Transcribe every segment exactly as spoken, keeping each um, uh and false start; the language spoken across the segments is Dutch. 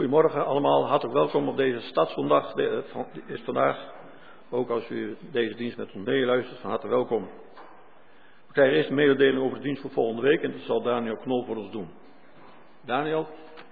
Goedemorgen allemaal, hartelijk welkom op deze Stadszondag. De, van, is vandaag, ook als u deze dienst met ons meeluistert, van harte welkom. We krijgen eerst een mededeling over de dienst voor volgende week en dat zal Daniel Knol voor ons doen. Daniel?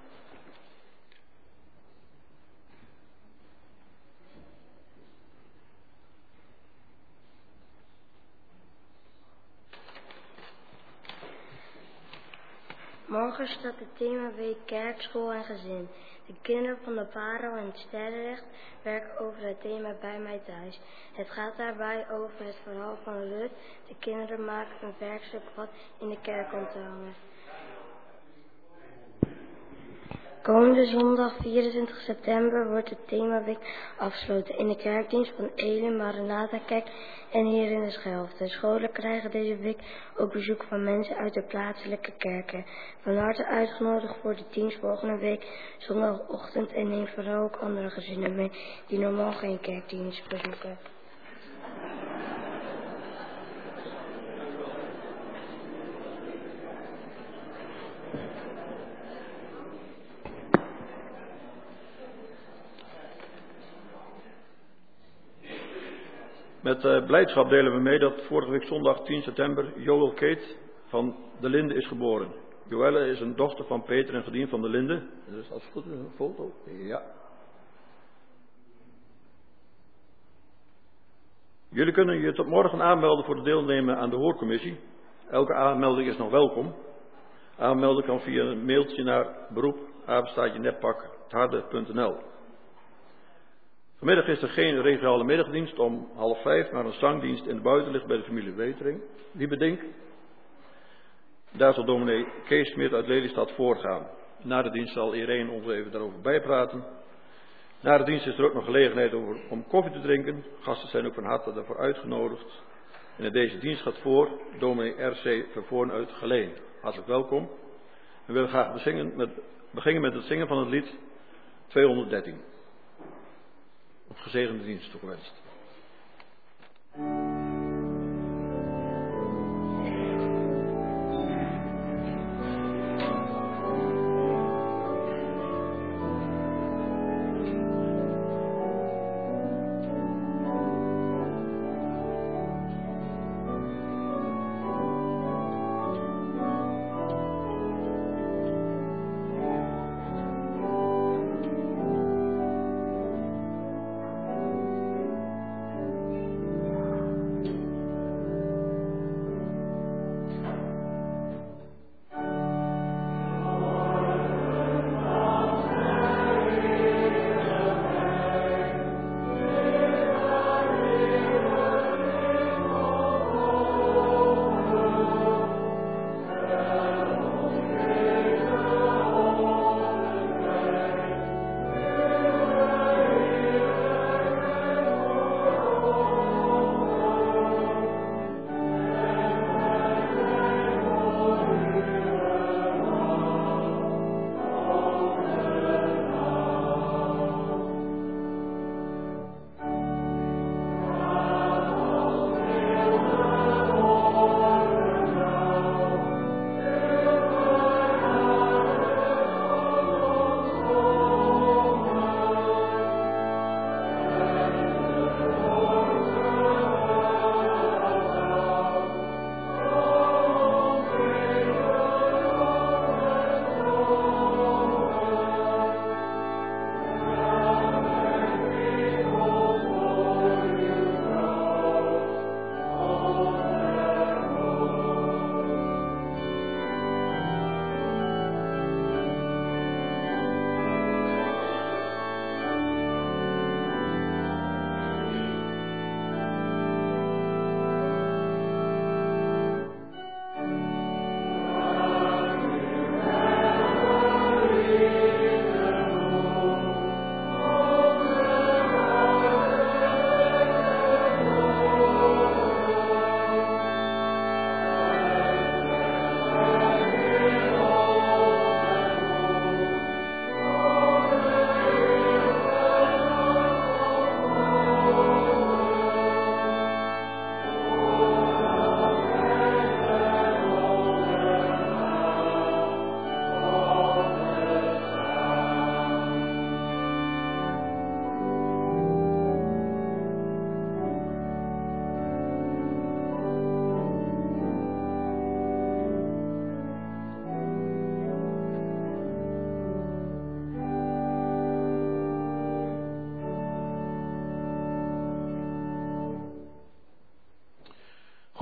Morgen staat het themaweek Kerk, School en Gezin. De kinderen van de Parel en het Sterrenrecht werken over het thema Bij mij thuis. Het gaat daarbij over het verhaal van Rut. De kinderen maken een werkstuk wat in de kerk komt te hangen. Komende zondag vierentwintig september wordt het themaweek afgesloten in de kerkdienst van Elim, Maranatha Kerk en hier in de Schelf. De scholen krijgen deze week ook bezoek van mensen uit de plaatselijke kerken. Van harte uitgenodigd voor de dienst volgende week zondagochtend en neem vooral ook andere gezinnen mee die normaal geen kerkdienst bezoeken. Met uh, blijdschap delen we mee dat vorige week zondag tien september Joël Kate van de Linde is geboren. Joëlle is een dochter van Peter en Gedien van de Linde. Dus als het goed is een foto. Ja. Jullie kunnen je tot morgen aanmelden voor het deelnemen aan de hoorcommissie. Elke aanmelding is nog welkom. Aanmelden kan via een mailtje naar beroep apenstaartje netpak harde punt n l. Vanmiddag is er geen regionale middagdienst om half vijf, maar een zangdienst in de buitenlicht bij de familie Wetering. Wiebedink. Daar zal dominee Kees Smit uit Lelystad voorgaan. Na de dienst zal Irene ons even daarover bijpraten. Na de dienst is er ook nog gelegenheid om koffie te drinken. Gasten zijn ook van harte daarvoor uitgenodigd. En in deze dienst gaat voor dominee R C Vervoorn uit Geleen. Hartelijk welkom. We willen graag bezingen met, beginnen met het zingen van het lied tweehonderddertien. Op gezegende dienst toegewenst.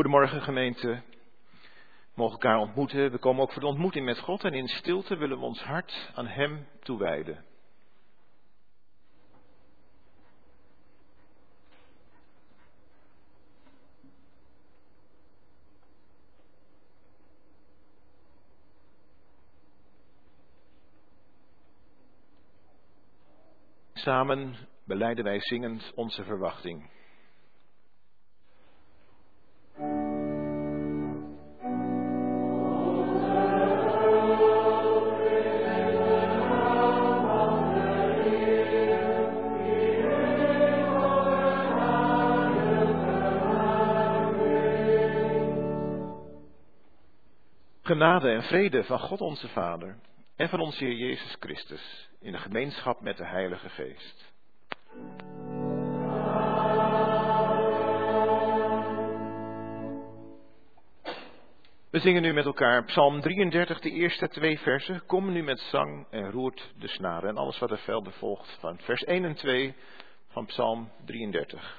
Goedemorgen gemeente. We mogen elkaar ontmoeten. We komen ook voor de ontmoeting met God en in stilte willen we ons hart aan Hem toewijden. Samen belijden wij zingend onze verwachting. Genade en vrede van God onze Vader en van onze Heer Jezus Christus in de gemeenschap met de Heilige Geest. We zingen nu met elkaar Psalm drieëndertig, de eerste twee versen. Kom nu met zang en roert de snaren. En alles wat er verder volgt van vers één en twee van Psalm drieëndertig.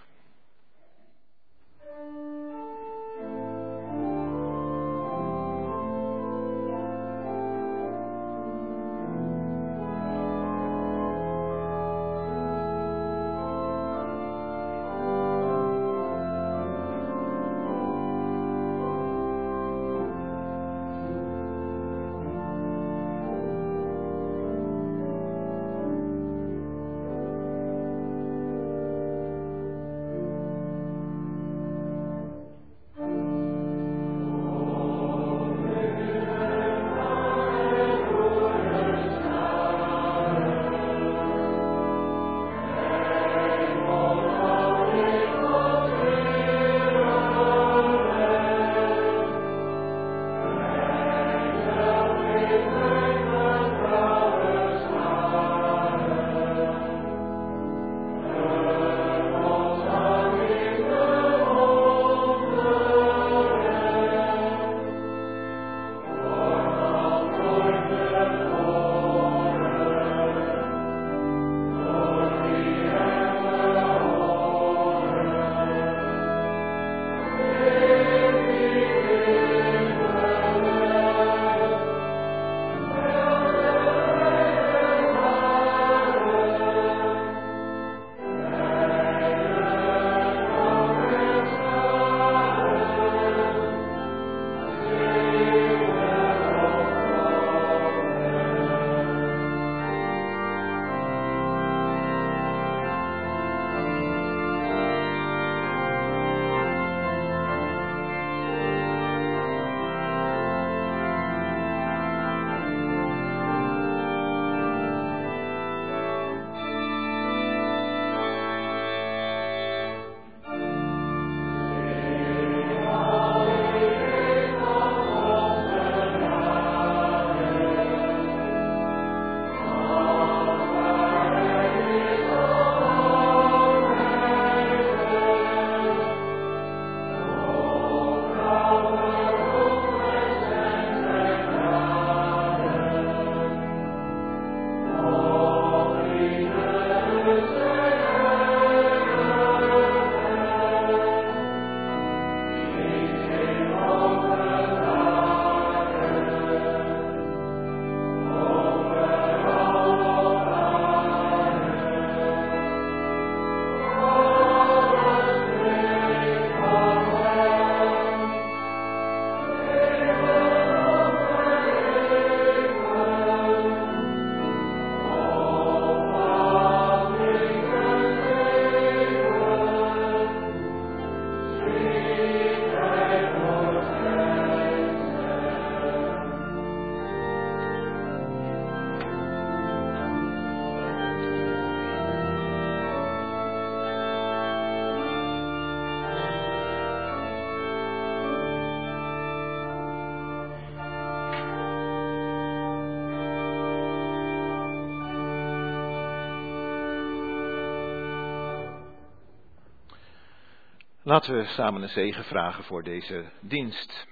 Laten we samen een zegen vragen voor deze dienst.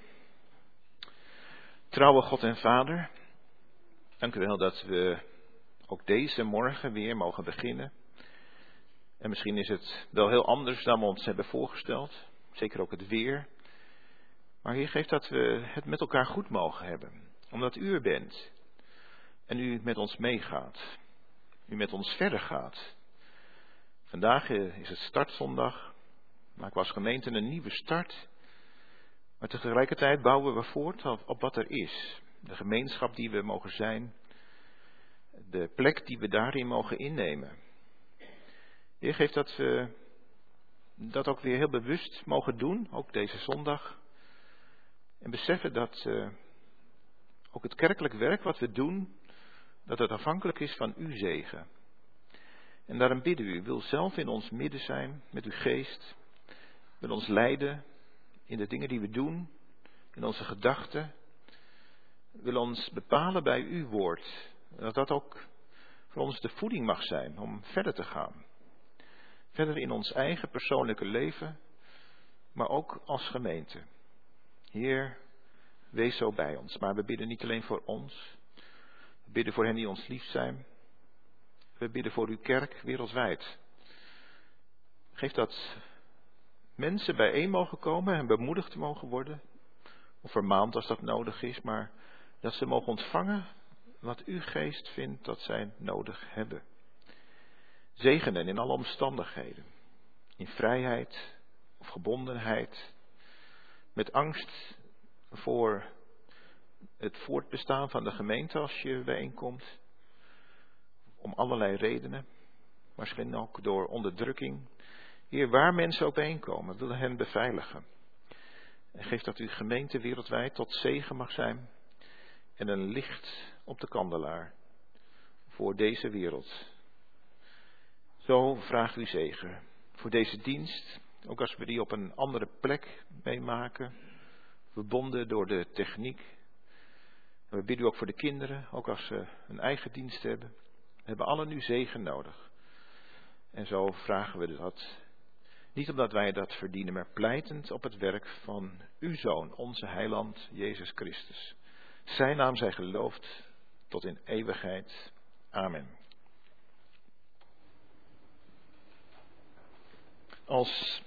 Trouwe God en Vader, dank u wel dat we ook deze morgen weer mogen beginnen. En misschien is het wel heel anders dan we ons hebben voorgesteld. Zeker ook het weer. Maar Heer, geef dat we het met elkaar goed mogen hebben. Omdat u er bent. En u met ons meegaat. U met ons verder gaat. Vandaag is het startzondag. Maken we als gemeente een nieuwe start. Maar tegelijkertijd bouwen we voort op wat er is. De gemeenschap die we mogen zijn. De plek die we daarin mogen innemen. Heer, geef dat we dat ook weer heel bewust mogen doen. Ook deze zondag. En beseffen dat uh, ook het kerkelijk werk wat we doen. Dat het afhankelijk is van uw zegen. En daarom bidden u, u wil zelf in ons midden zijn met uw geest. Wil ons leiden in de dingen die we doen, in onze gedachten. Wil ons bepalen bij uw woord. Dat dat ook voor ons de voeding mag zijn om verder te gaan. Verder in ons eigen persoonlijke leven, maar ook als gemeente. Heer, wees zo bij ons. Maar we bidden niet alleen voor ons. We bidden voor hen die ons lief zijn. We bidden voor uw kerk wereldwijd. Geef dat mensen bijeen mogen komen en bemoedigd mogen worden. Of vermaand als dat nodig is. Maar dat ze mogen ontvangen wat uw geest vindt dat zij nodig hebben. Zegenen in alle omstandigheden. In vrijheid of gebondenheid. Met angst voor het voortbestaan van de gemeente als je bijeenkomt. Om allerlei redenen. Misschien ook door onderdrukking. Heer, waar mensen ook bijeenkomen, willen hen beveiligen. En geef dat uw gemeente wereldwijd tot zegen mag zijn. En een licht op de kandelaar. Voor deze wereld. Zo vraag u zegen. Voor deze dienst. Ook als we die op een andere plek meemaken. Verbonden door de techniek. En we bidden u ook voor de kinderen. Ook als ze een eigen dienst hebben. We hebben allen uw zegen nodig. En zo vragen we dat. Niet omdat wij dat verdienen, maar pleitend op het werk van uw Zoon, onze heiland, Jezus Christus. Zijn naam zij geloofd tot in eeuwigheid. Amen. Als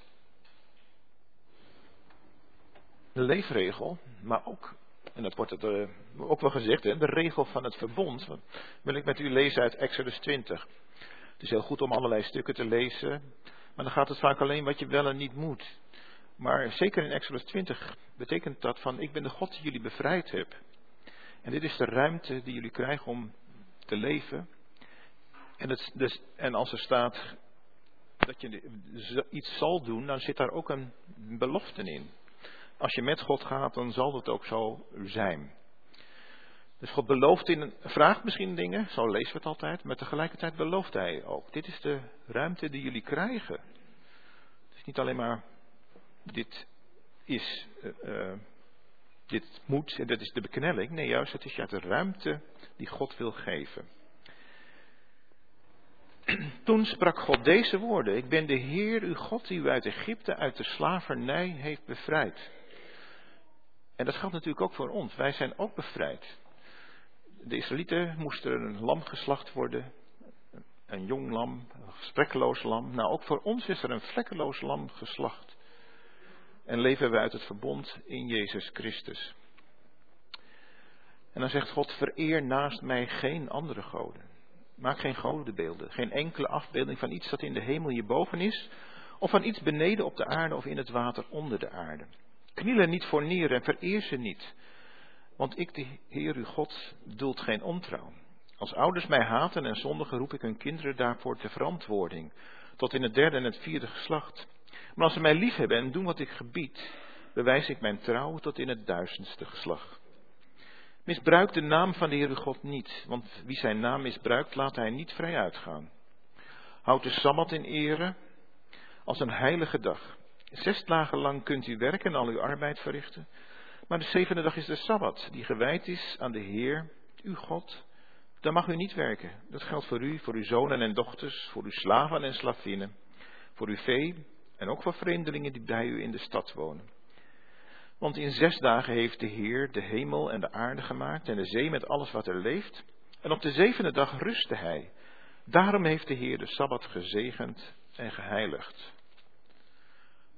leefregel, maar ook, en dat wordt het uh, ook wel gezegd, hè, de regel van het verbond, wil ik met u lezen uit Exodus twintig. Het is heel goed om allerlei stukken te lezen, maar dan gaat het vaak alleen wat je wel en niet moet. Maar zeker in Exodus twintig betekent dat van, ik ben de God die jullie bevrijd heb. En dit is de ruimte die jullie krijgen om te leven. En, het, dus, en als er staat dat je iets zal doen, dan zit daar ook een belofte in. Als je met God gaat, dan zal dat ook zo zijn. Dus God belooft in een, vraagt misschien dingen, zo lezen we het altijd, maar tegelijkertijd belooft hij ook. Dit is de ruimte die jullie krijgen. Het is niet alleen maar, dit is, uh, uh, dit moet en dat is de beknelling. Nee, juist, het is juist de ruimte die God wil geven. Toen sprak God deze woorden. Ik ben de Heer, uw God, die u uit Egypte, uit de slavernij heeft bevrijd. En dat geldt natuurlijk ook voor ons. Wij zijn ook bevrijd. De Israëlieten moesten een lam geslacht worden. Een jong lam, een vlekkeloos lam. Nou, ook voor ons is er een vlekkeloos lam geslacht. En leven we uit het verbond in Jezus Christus. En dan zegt God, vereer naast mij geen andere goden. Maak geen godenbeelden. Geen enkele afbeelding van iets dat in de hemel hierboven is. Of van iets beneden op de aarde of in het water onder de aarde. Kniel er niet voor neer en vereer ze niet. Want ik, de Heer uw God, duld geen ontrouw. Als ouders mij haten en zondigen, roep ik hun kinderen daarvoor ter verantwoording. Tot in het derde en het vierde geslacht. Maar als ze mij liefhebben en doen wat ik gebied, bewijs ik mijn trouw tot in het duizendste geslacht. Misbruik de naam van de Heer uw God niet, want wie zijn naam misbruikt, laat hij niet vrij uitgaan. Houd de Sabbat in ere als een heilige dag. Zes dagen lang kunt u werken en al uw arbeid verrichten. Maar de zevende dag is de Sabbat, die gewijd is aan de Heer, uw God. Dan mag u niet werken. Dat geldt voor u, voor uw zonen en dochters, voor uw slaven en slavinnen, voor uw vee en ook voor vreemdelingen die bij u in de stad wonen. Want in zes dagen heeft de Heer de hemel en de aarde gemaakt en de zee met alles wat er leeft. En op de zevende dag rustte hij. Daarom heeft de Heer de Sabbat gezegend en geheiligd.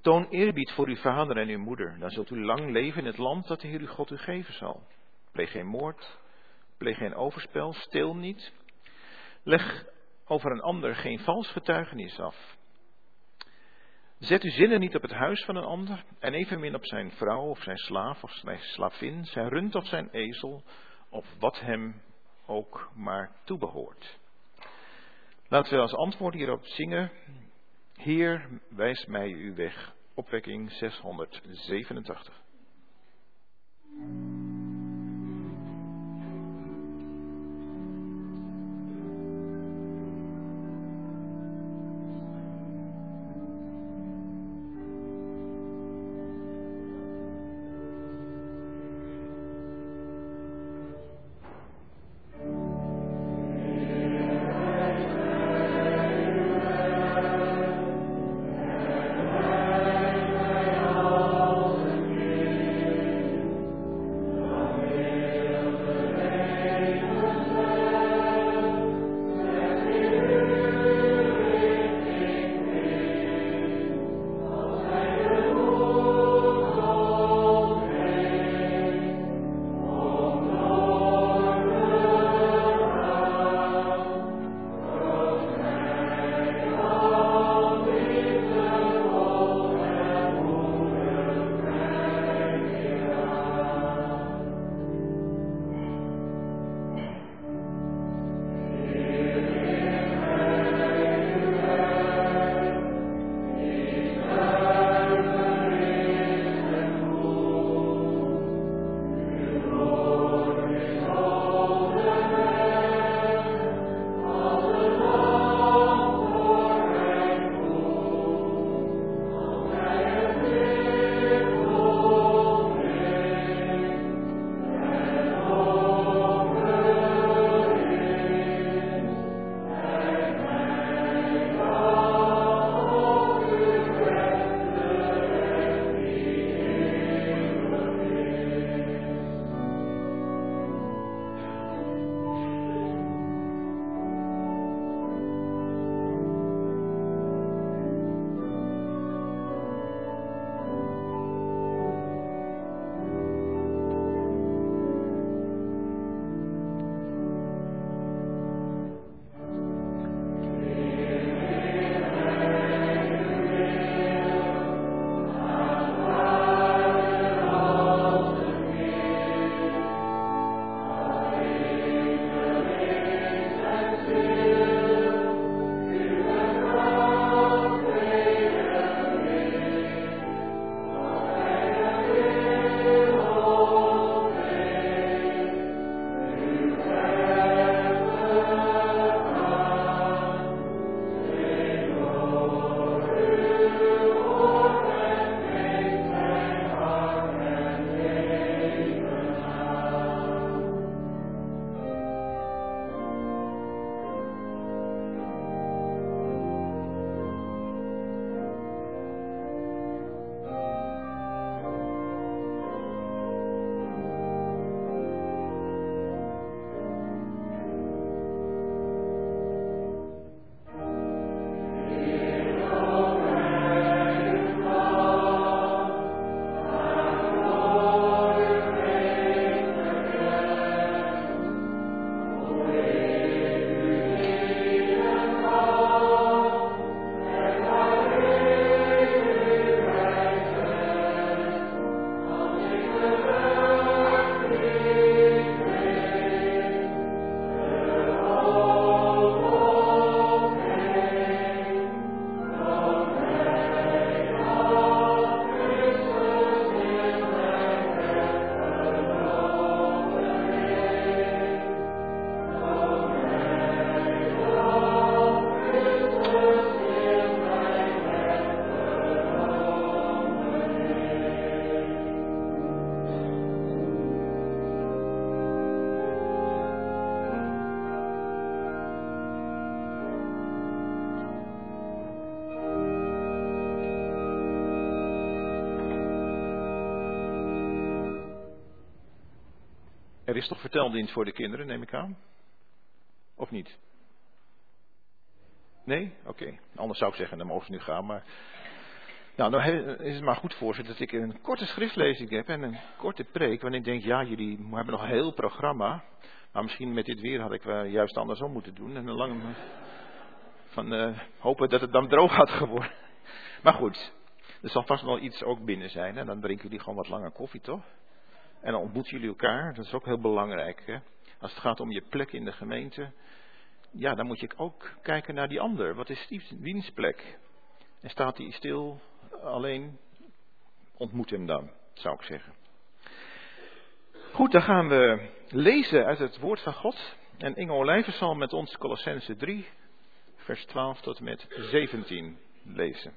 Toon eerbied voor uw vader en uw moeder. Dan zult u lang leven in het land dat de Heer uw God u geven zal. Pleeg geen moord. Pleeg geen overspel. Steel niet. Leg over een ander geen vals getuigenis af. Zet uw zinnen niet op het huis van een ander. En evenmin op zijn vrouw of zijn slaaf of zijn slavin. Zijn rund of zijn ezel. Of wat hem ook maar toebehoort. Laten we als antwoord hierop zingen. Heer, wijs mij uw weg. Opwekking zeshonderdzevenentachtig. Er is toch verteldienst voor de kinderen, neem ik aan? Of niet? Nee? Oké. Okay. Anders zou ik zeggen, dan mogen ze nu gaan. Maar Nou, nou is het maar goed voor ze dat ik een korte schriftlezing heb en een korte preek. Want ik denk, ja, jullie hebben nog een heel programma. Maar misschien met dit weer had ik wel juist andersom moeten doen. En een lang van uh, hopen dat het dan droog had geworden. Maar goed, er zal vast wel iets ook binnen zijn. En dan drinken jullie gewoon wat langer koffie, toch? En dan ontmoeten jullie elkaar. Dat is ook heel belangrijk. Hè? Als het gaat om je plek in de gemeente. Ja, dan moet je ook kijken naar die ander. Wat is die, wiens plek? En staat hij stil, alleen, ontmoet hem dan, zou ik zeggen. Goed, dan gaan we lezen uit het woord van God. En Inge Olijven zal met ons Colossense drie, vers twaalf tot en met zeventien lezen.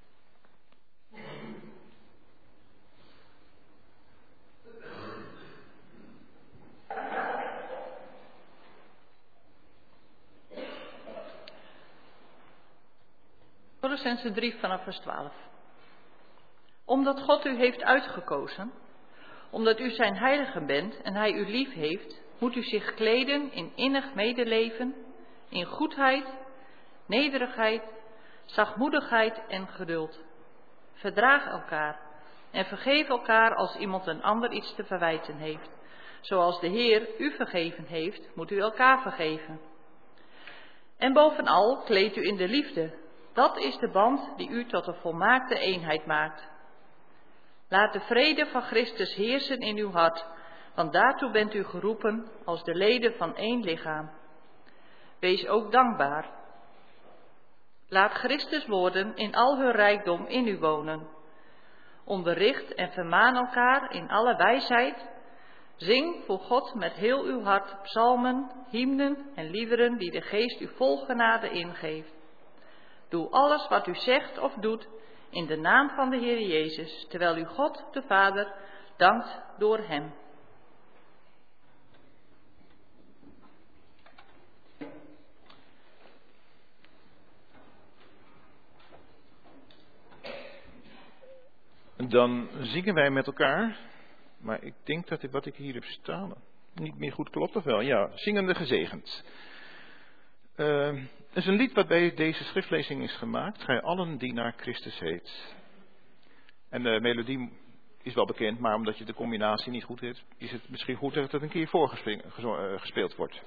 Colossense drie vanaf vers twaalf. Omdat God u heeft uitgekozen, omdat u zijn heilige bent en hij u lief heeft, moet u zich kleden in innig medeleven, in goedheid, nederigheid, zachtmoedigheid en geduld. Verdraag elkaar en vergeef elkaar als iemand een ander iets te verwijten heeft. Zoals de Heer u vergeven heeft, moet u elkaar vergeven. En bovenal kleed u in de liefde. Dat is de band die u tot een volmaakte eenheid maakt. Laat de vrede van Christus heersen in uw hart, want daartoe bent u geroepen als de leden van één lichaam. Wees ook dankbaar. Laat Christus woorden in al hun rijkdom in u wonen. Onderricht en vermaan elkaar in alle wijsheid. Zing voor God met heel uw hart psalmen, hymnen en liederen die de Geest u vol genade ingeeft. Doe alles wat u zegt of doet in de naam van de Heer Jezus, terwijl u God de Vader dankt door hem. Dan zingen wij met elkaar, maar ik denk dat wat ik hier heb staan niet meer goed klopt, of wel? Ja, zingende gezegend. Uh, Het is een lied wat bij deze schriftlezing is gemaakt. Gij allen die naar Christus heet. En de melodie is wel bekend, maar omdat je de combinatie niet goed hebt, is het misschien goed dat het een keer voorgespeeld wordt.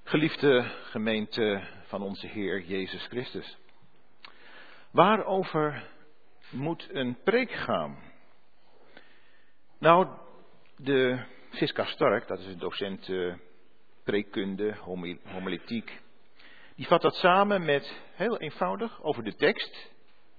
Geliefde gemeente van onze Heer Jezus Christus. Waarover moet een preek gaan? Nou, de Siska Stark, dat is een docent uh, preekkunde, homiletiek, die vat dat samen met, heel eenvoudig, over de tekst,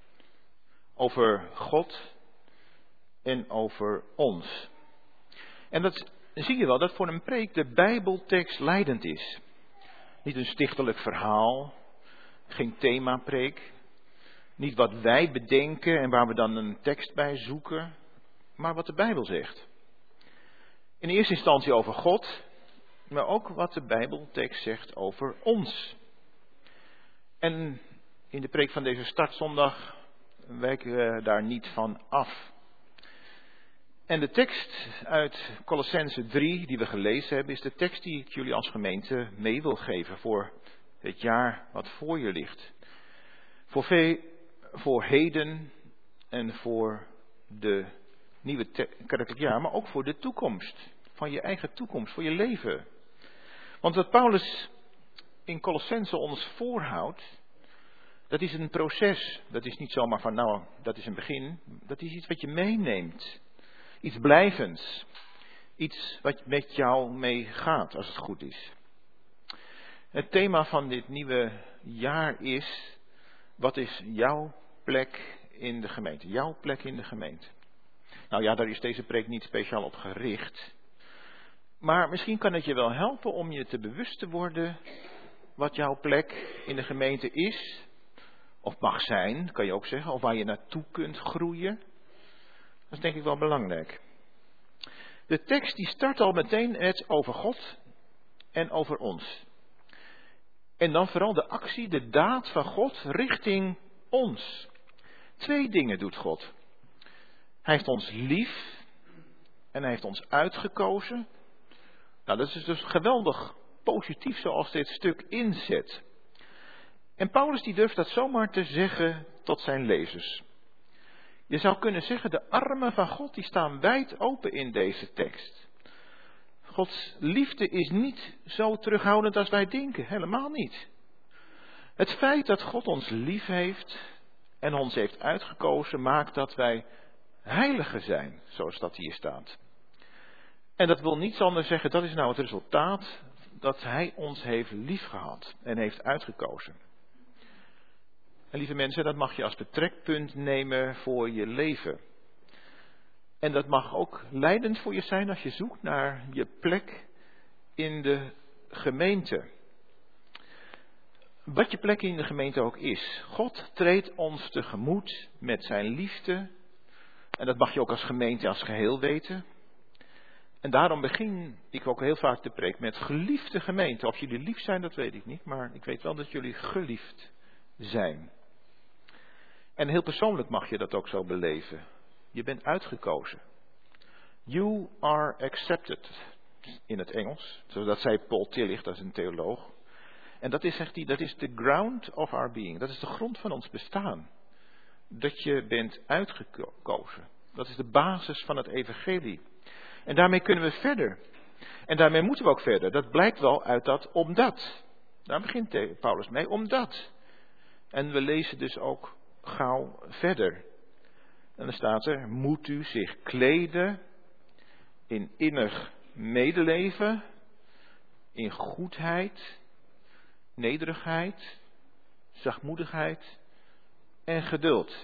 over God en over ons. En dat zie je wel, dat voor een preek de Bijbeltekst leidend is. Niet een stichtelijk verhaal, geen themapreek, niet wat wij bedenken en waar we dan een tekst bij zoeken, maar wat de Bijbel zegt. In eerste instantie over God, maar ook wat de Bijbeltekst zegt over ons. En in de preek van deze startzondag wijken we daar niet van af. En de tekst uit Kolossenzen drie die we gelezen hebben, is de tekst die ik jullie als gemeente mee wil geven voor het jaar wat voor je ligt. Voor, ve- voor heden en voor de nieuwe te- kerkelijk jaar, maar ook voor de toekomst. Van je eigen toekomst, voor je leven. Want wat Paulus in Kolossenzen ons voorhoudt, dat is een proces. Dat is niet zomaar van, nou, dat is een begin. Dat is iets wat je meeneemt. Iets blijvends. Iets wat met jou meegaat, als het goed is. Het thema van dit nieuwe jaar is, wat is jouw plek in de gemeente? Jouw plek in de gemeente. Nou ja, daar is deze preek niet speciaal op gericht. Maar misschien kan het je wel helpen om je te bewust te worden wat jouw plek in de gemeente is. Of mag zijn, kan je ook zeggen. Of waar je naartoe kunt groeien. Dat is denk ik wel belangrijk. De tekst die start al meteen het over God en over ons. En dan vooral de actie, de daad van God richting ons. Twee dingen doet God. Hij heeft ons lief en hij heeft ons uitgekozen. Nou, dat is dus geweldig positief zoals dit stuk inzet. En Paulus die durft dat zomaar te zeggen tot zijn lezers. Je zou kunnen zeggen, de armen van God die staan wijd open in deze tekst. Gods liefde is niet zo terughoudend als wij denken, helemaal niet. Het feit dat God ons lief heeft en ons heeft uitgekozen maakt dat wij heiligen zijn, zoals dat hier staat. En dat wil niets anders zeggen, dat is nou het resultaat dat hij ons heeft liefgehad en heeft uitgekozen. En lieve mensen, dat mag je als betrekpunt nemen voor je leven. En dat mag ook leidend voor je zijn als je zoekt naar je plek in de gemeente. Wat je plek in de gemeente ook is. God treedt ons tegemoet met zijn liefde. En dat mag je ook als gemeente als geheel weten. En daarom begin ik ook heel vaak de preek met geliefde gemeente. Of jullie lief zijn, dat weet ik niet. Maar ik weet wel dat jullie geliefd zijn. En heel persoonlijk mag je dat ook zo beleven. Je bent uitgekozen. You are accepted. In het Engels. Zodat zei Paul Tillich, dat is een theoloog. En dat is, zegt hij, dat is the ground of our being. Dat is de grond van ons bestaan. Dat je bent uitgekozen. Dat is de basis van het evangelie. En daarmee kunnen we verder. En daarmee moeten we ook verder. Dat blijkt wel uit dat omdat. Daar begint Paulus mee, omdat. En we lezen dus ook gauw verder. En dan staat er, moet u zich kleden in innig medeleven, in goedheid, nederigheid, zachtmoedigheid en geduld.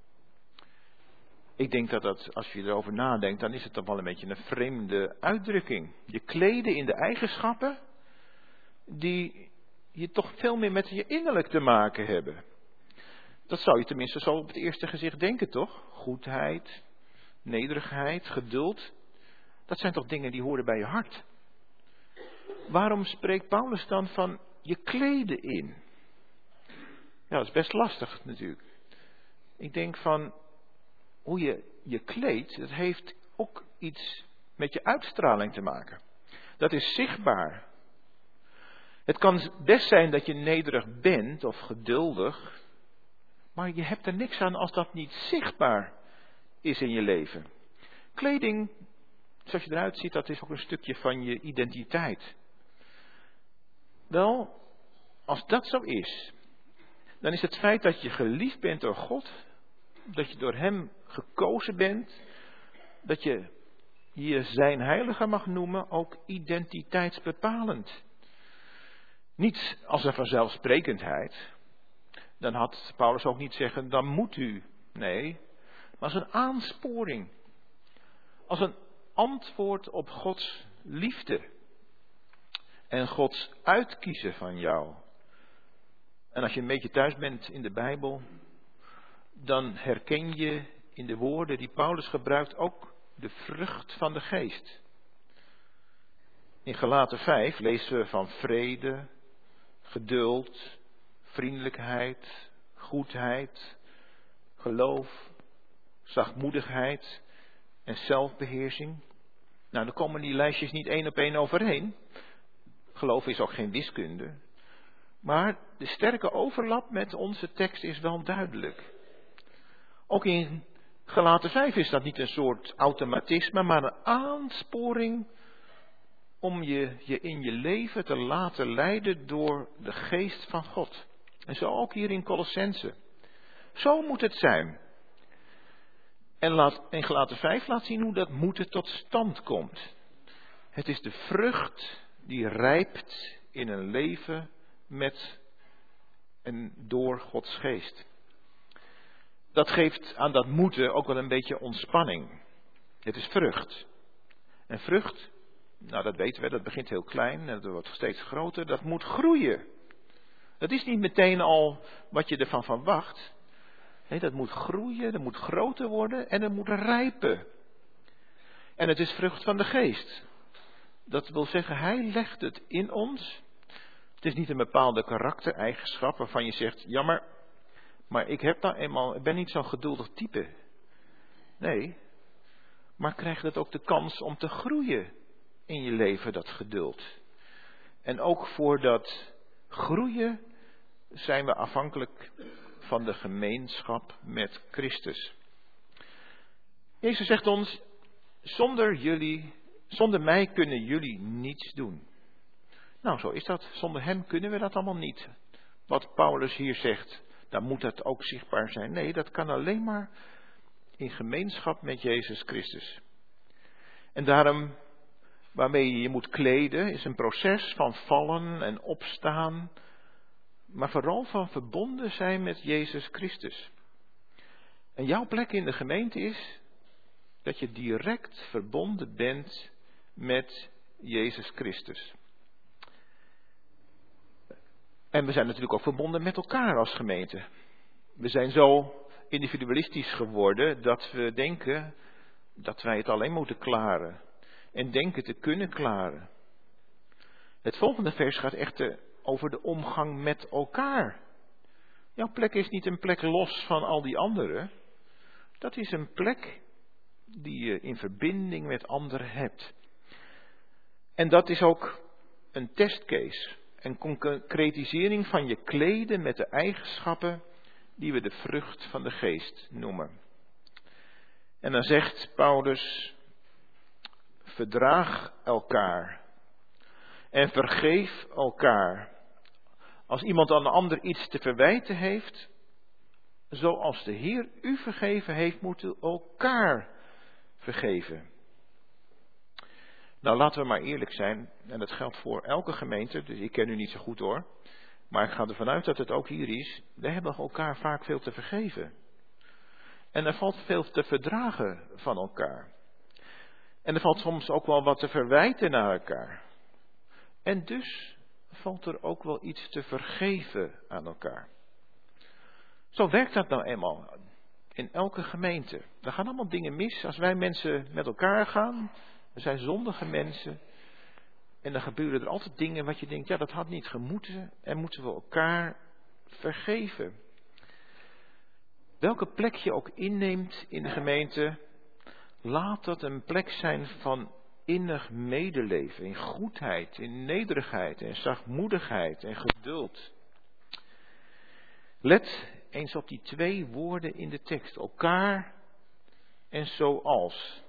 Ik denk dat dat, als je erover nadenkt, dan is het toch wel een beetje een vreemde uitdrukking. Je kleden in de eigenschappen die je toch veel meer met je innerlijk te maken hebben. Dat zou je tenminste zo op het eerste gezicht denken, toch? Goedheid, nederigheid, geduld. Dat zijn toch dingen die horen bij je hart. Waarom spreekt Paulus dan van je kleden in? Ja, dat is best lastig natuurlijk. Ik denk van hoe je je kleedt, dat heeft ook iets met je uitstraling te maken. Dat is zichtbaar. Het kan best zijn dat je nederig bent of geduldig, maar je hebt er niks aan als dat niet zichtbaar is in je leven. Kleding, zoals je eruit ziet, dat is ook een stukje van je identiteit. Wel, als dat zo is, dan is het feit dat je geliefd bent door God, dat je door Hem gekozen bent, dat je je zijn heilige mag noemen, ook identiteitsbepalend. Niet als een vanzelfsprekendheid. Dan had Paulus ook niet zeggen, dan moet u. Nee, maar als een aansporing. Als een antwoord op Gods liefde. En Gods uitkiezen van jou. En als je een beetje thuis bent in de Bijbel, dan herken je in de woorden die Paulus gebruikt ook de vrucht van de geest. In Galaten vijf lezen we van vrede, geduld, vriendelijkheid, goedheid, geloof, zachtmoedigheid en zelfbeheersing. Nou, dan komen die lijstjes niet één op één overeen. Geloof is ook geen wiskunde. Maar de sterke overlap met onze tekst is wel duidelijk. Ook in Galaten vijf is dat niet een soort automatisme, maar een aansporing om je, je in je leven te laten leiden door de geest van God. En zo ook hier in Colossense. Zo moet het zijn. En laat, in Galaten vijf laat zien hoe dat moeten tot stand komt. Het is de vrucht die rijpt in een leven met en door Gods geest. Dat geeft aan dat moeten ook wel een beetje ontspanning. Het is vrucht. En vrucht, nou dat weten we, dat begint heel klein en dat wordt steeds groter. Dat moet groeien. Dat is niet meteen al wat je ervan verwacht. Nee, dat moet groeien, dat moet groter worden en dat moet rijpen. En het is vrucht van de geest. Dat wil zeggen, hij legt het in ons. Het is niet een bepaalde karaktereigenschap waarvan je zegt, jammer, maar ik heb nou eenmaal, ik ben niet zo'n geduldig type. Nee, maar krijgt het ook de kans om te groeien in je leven, dat geduld. En ook voor dat groeien zijn we afhankelijk van de gemeenschap met Christus. Jezus zegt ons, zonder jullie, zonder mij kunnen jullie niets doen. Nou, zo is dat. Zonder hem kunnen we dat allemaal niet. Wat Paulus hier zegt, dan moet dat ook zichtbaar zijn. Nee, dat kan alleen maar in gemeenschap met Jezus Christus. En daarom, waarmee je je moet kleden, is een proces van vallen en opstaan, maar vooral van verbonden zijn met Jezus Christus. En jouw plek in de gemeente is dat je direct verbonden bent met Jezus Christus. En we zijn natuurlijk ook verbonden met elkaar als gemeente. We zijn zo individualistisch geworden dat we denken dat wij het alleen moeten klaren. En denken te kunnen klaren. Het volgende vers gaat echter over de omgang met elkaar. Jouw plek is niet een plek los van al die anderen. Dat is een plek die je in verbinding met anderen hebt. En dat is ook een testcase. Een concretisering van je kleden met de eigenschappen die we de vrucht van de geest noemen. En dan zegt Paulus, verdraag elkaar en vergeef elkaar. Als iemand aan de ander iets te verwijten heeft, zoals de Heer u vergeven heeft, moeten we elkaar vergeven. Nou, laten we maar eerlijk zijn, en dat geldt voor elke gemeente, dus ik ken u niet zo goed hoor, maar ik ga ervan uit dat het ook hier is, we hebben elkaar vaak veel te vergeven. En er valt veel te verdragen van elkaar. En er valt soms ook wel wat te verwijten naar elkaar. En dus valt er ook wel iets te vergeven aan elkaar. Zo werkt dat nou eenmaal in elke gemeente. Er gaan allemaal dingen mis als wij mensen met elkaar gaan. We zijn zondige mensen. En dan gebeuren er altijd dingen wat je denkt, ja dat had niet gemoeten. En moeten we elkaar vergeven. Welke plek je ook inneemt in de gemeente, laat dat een plek zijn van innig medeleven, in goedheid, in nederigheid, in zachtmoedigheid en geduld. Let eens op die twee woorden in de tekst, elkaar en zoals.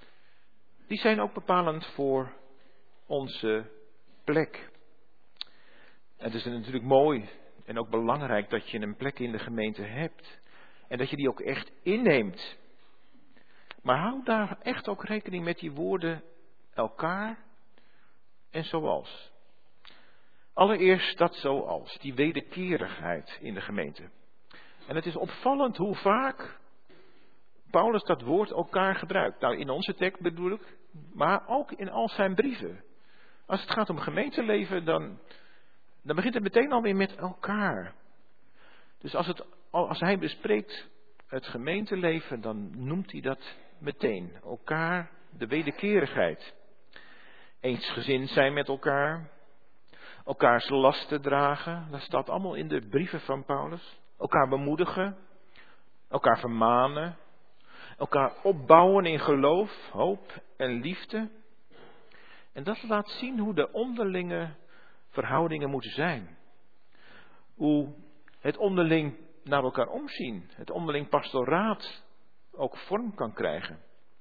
Die zijn ook bepalend voor onze plek. Het is natuurlijk mooi en ook belangrijk dat je een plek in de gemeente hebt. En dat je die ook echt inneemt. Maar hou daar echt ook rekening met die woorden elkaar en zoals. Allereerst dat zoals, die wederkerigheid in de gemeente. En het is opvallend hoe vaak Paulus dat woord elkaar gebruikt. Nou, in onze tekst bedoel ik, maar ook in al zijn brieven. Als het gaat om gemeenteleven, dan, dan begint het meteen alweer met elkaar. Dus als, het, als hij bespreekt het gemeenteleven, dan noemt hij dat meteen. Elkaar, de wederkerigheid. Eensgezind zijn met elkaar. Elkaars lasten dragen. Dat staat allemaal in de brieven van Paulus. Elkaar bemoedigen. Elkaar vermanen. Elkaar opbouwen in geloof, hoop en liefde. En dat laat zien hoe de onderlinge verhoudingen moeten zijn. Hoe het onderling naar elkaar omzien. Het onderling pastoraat ook vorm kan krijgen.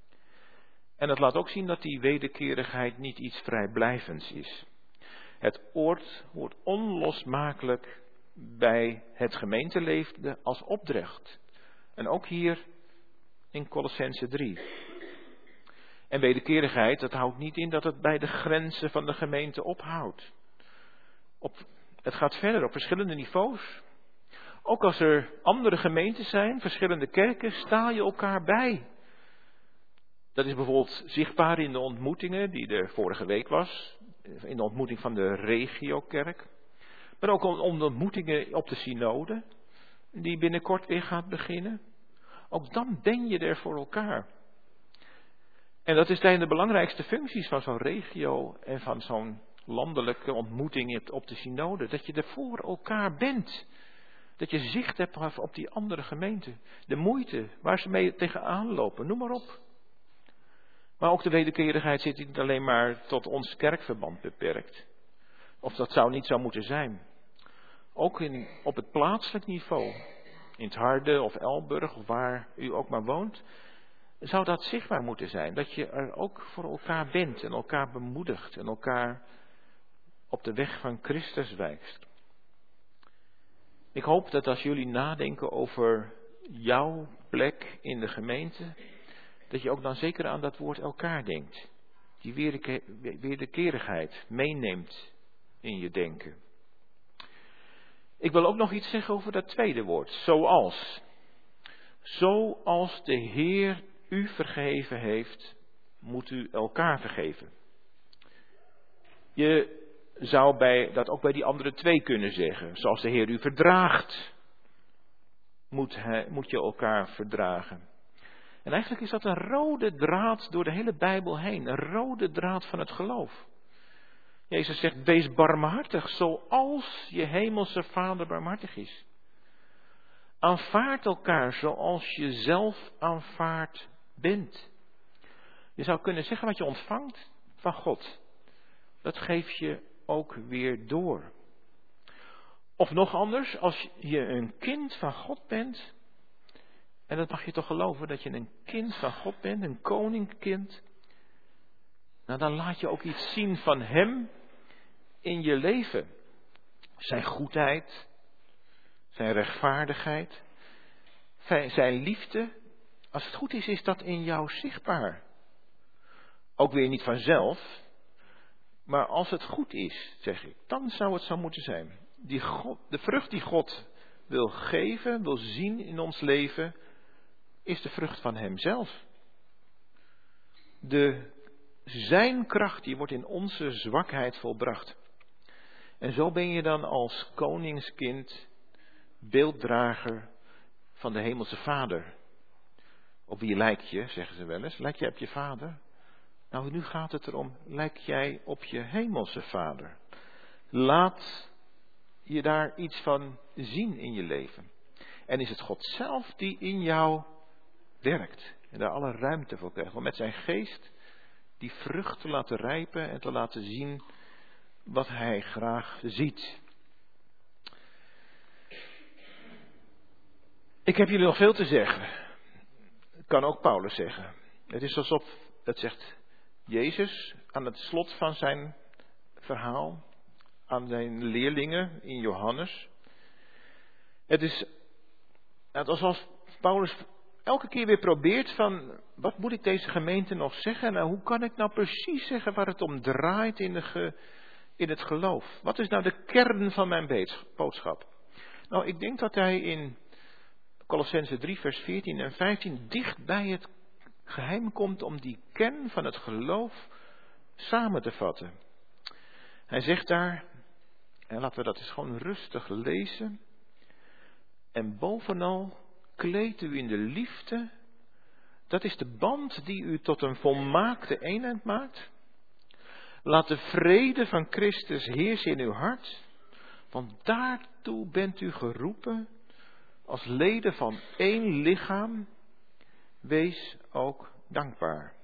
En het laat ook zien dat die wederkerigheid niet iets vrijblijvends is. Het oord hoort onlosmakelijk bij het gemeenteleven als opdracht. En ook hier in Colossenzen drie. En wederkerigheid, dat houdt niet in dat het bij de grenzen van de gemeente ophoudt. Op, het gaat verder op verschillende niveaus. Ook als er andere gemeenten zijn, verschillende kerken, sta je elkaar bij. Dat is bijvoorbeeld zichtbaar in de ontmoetingen die er vorige week was. In de ontmoeting van de regiokerk. Maar ook om de ontmoetingen op de synode, die binnenkort weer gaat beginnen. Ook dan ben je er voor elkaar. En dat is een van de belangrijkste functies van zo'n regio en van zo'n landelijke ontmoeting op de synode. Dat je er voor elkaar bent. Dat je zicht hebt op die andere gemeenten. De moeite waar ze mee tegenaan lopen, noem maar op. Maar ook de wederkerigheid zit niet alleen maar tot ons kerkverband beperkt. Of dat zou niet zo moeten zijn. Ook in, op het plaatselijk niveau. In het Harde of Elburg of waar u ook maar woont. Zou dat zichtbaar moeten zijn. Dat je er ook voor elkaar bent en elkaar bemoedigt. En elkaar op de weg van Christus wijst. Ik hoop dat als jullie nadenken over jouw plek in de gemeente. Dat je ook dan zeker aan dat woord elkaar denkt. Die wederkerigheid meeneemt in je denken. Ik wil ook nog iets zeggen over dat tweede woord. Zoals. Zoals de Heer u vergeven heeft, moet u elkaar vergeven. Je zou bij, dat ook bij die andere twee kunnen zeggen. Zoals de Heer u verdraagt, moet, hij, moet je elkaar verdragen. En eigenlijk is dat een rode draad door de hele Bijbel heen. Een rode draad van het geloof. Jezus zegt, wees barmhartig zoals je hemelse Vader barmhartig is. Aanvaard elkaar zoals je zelf aanvaard bent. Je zou kunnen zeggen wat je ontvangt van God. Dat geef je ook weer door. Of nog anders, als je een kind van God bent. En dat mag je toch geloven, dat je een kind van God bent, een koningkind. Nou, dan laat je ook iets zien van Hem in je leven. Zijn goedheid, zijn rechtvaardigheid, zijn liefde. Als het goed is, is dat in jou zichtbaar. Ook weer niet vanzelf. Maar als het goed is, zeg ik, dan zou het zo moeten zijn. Die God, de vrucht die God wil geven, wil zien in ons leven, is de vrucht van Hemzelf. De, zijn kracht, die wordt in onze zwakheid volbracht. En zo ben je dan als koningskind, beelddrager van de hemelse Vader. Op wie lijk je, zeggen ze wel eens. Lijk jij op je vader? Nou, nu gaat het erom, lijk jij op je hemelse Vader? Laat je daar iets van zien in je leven. En is het God zelf die in jou werkt. En daar alle ruimte voor krijgt. Om met zijn geest die vrucht te laten rijpen en te laten zien wat hij graag ziet. Ik heb jullie nog veel te zeggen. Dat kan ook Paulus zeggen. Het is alsof, dat zegt Jezus aan het slot van zijn verhaal. aan zijn leerlingen in Johannes. Het is het alsof Paulus elke keer weer probeert van, wat moet ik deze gemeente nog zeggen? Nou, hoe kan ik nou precies zeggen waar het om draait in, de ge, in het geloof? Wat is nou de kern van mijn boodschap? Nou, ik denk dat hij in Kolossenzen drie vers veertien en vijftien dicht bij het geheim komt om die kern van het geloof samen te vatten. Hij zegt daar, en laten we dat eens gewoon rustig lezen. En bovenal kleedt u in de liefde. Dat is de band die u tot een volmaakte eenheid maakt. Laat de vrede van Christus heersen in uw hart. Want daartoe bent u geroepen als leden van één lichaam. Wees ook dankbaar.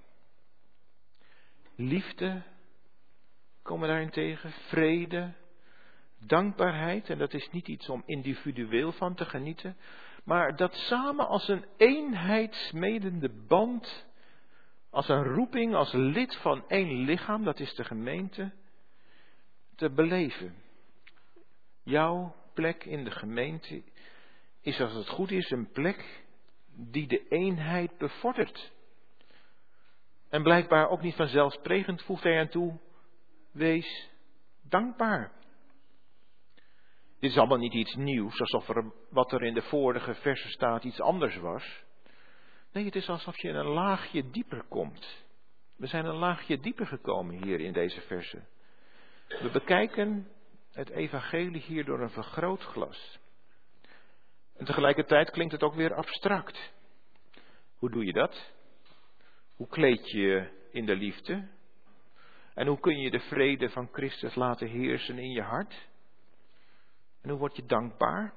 Liefde komen daarin tegen. Vrede. Dankbaarheid. En dat is niet iets om individueel van te genieten. Maar dat samen als een eenheidsmedende band. Als een roeping, als lid van één lichaam. Dat is de gemeente. Te beleven. Jouw plek in de gemeente is, als het goed is, een plek die de eenheid bevordert. En blijkbaar ook niet vanzelfsprekend, voegt hij aan toe, wees dankbaar. Dit is allemaal niet iets nieuws, alsof er wat er in de vorige versen staat iets anders was. Nee, het is alsof je een laagje dieper komt. We zijn een laagje dieper gekomen hier in deze versen. We bekijken het evangelie hier door een vergrootglas. En tegelijkertijd klinkt het ook weer abstract. Hoe doe je dat? Hoe kleed je je in de liefde? En hoe kun je de vrede van Christus laten heersen in je hart? En hoe word je dankbaar?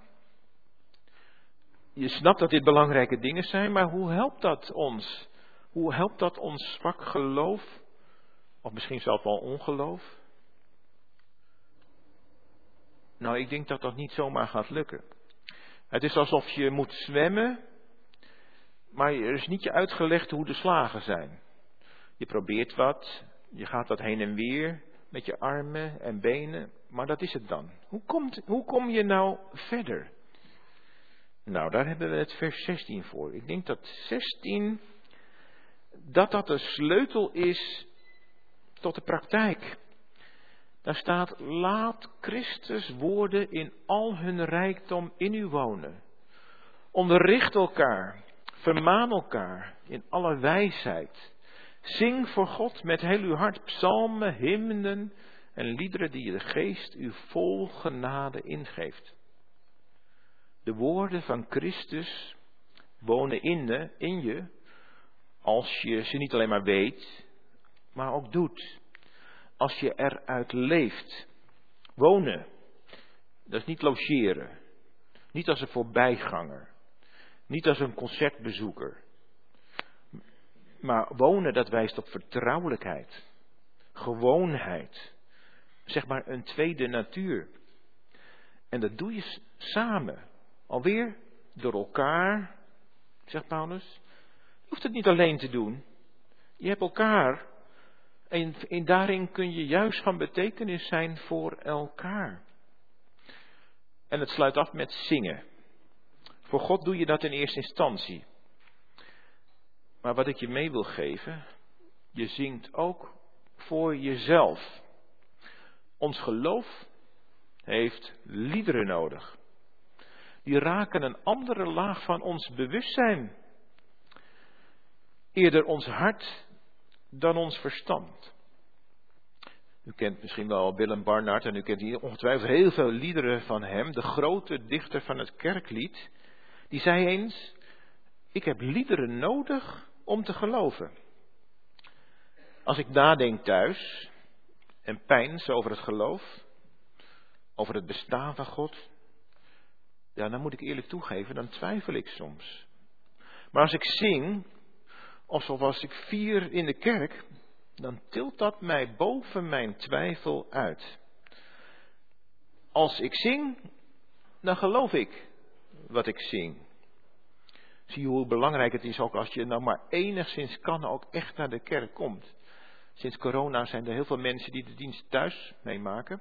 Je snapt dat dit belangrijke dingen zijn, maar hoe helpt dat ons? Hoe helpt dat ons zwak geloof? Of misschien zelfs wel ongeloof? Nou, ik denk dat dat niet zomaar gaat lukken. Het is alsof je moet zwemmen, maar er is niet je uitgelegd hoe de slagen zijn. Je probeert wat, je gaat wat heen en weer met je armen en benen, maar dat is het dan. Hoe, komt, hoe kom je nou verder? Nou, daar hebben we het vers zestien voor. Ik denk dat zestien, dat dat de sleutel is tot de praktijk. Daar staat, laat Christus woorden in al hun rijkdom in u wonen. Onderricht elkaar, vermaan elkaar in alle wijsheid. Zing voor God met heel uw hart psalmen, hymnen en liederen die de geest u vol genade ingeeft. De woorden van Christus wonen in, de, in je, als je ze niet alleen maar weet, maar ook doet. Als je eruit leeft. Wonen. Dat is niet logeren. Niet als een voorbijganger. Niet als een concertbezoeker. Maar wonen, dat wijst op vertrouwelijkheid. Gewoonheid. Zeg maar een tweede natuur. En dat doe je samen. Alweer door elkaar, zegt Paulus. Je hoeft het niet alleen te doen. Je hebt elkaar. En, en daarin kun je juist van betekenis zijn voor elkaar. En het sluit af met zingen. Voor God doe je dat in eerste instantie. Maar wat ik je mee wil geven, je zingt ook voor jezelf. Ons geloof heeft liederen nodig. Die raken een andere laag van ons bewustzijn. Eerder ons hart dan ons verstand. U kent misschien wel Willem Barnard en u kent hier ongetwijfeld heel veel liederen van hem. De grote dichter van het kerklied. Die zei eens, ik heb liederen nodig om te geloven. Als ik nadenk thuis en peins over het geloof, over het bestaan van God, ja, dan moet ik eerlijk toegeven, dan twijfel ik soms. Maar als ik zing, of zoals ik vier in de kerk, dan tilt dat mij boven mijn twijfel uit. Als ik zing, dan geloof ik wat ik zing. Zie je hoe belangrijk het is ook als je nou maar enigszins kan ook echt naar de kerk komt. Sinds corona zijn er heel veel mensen die de dienst thuis meemaken.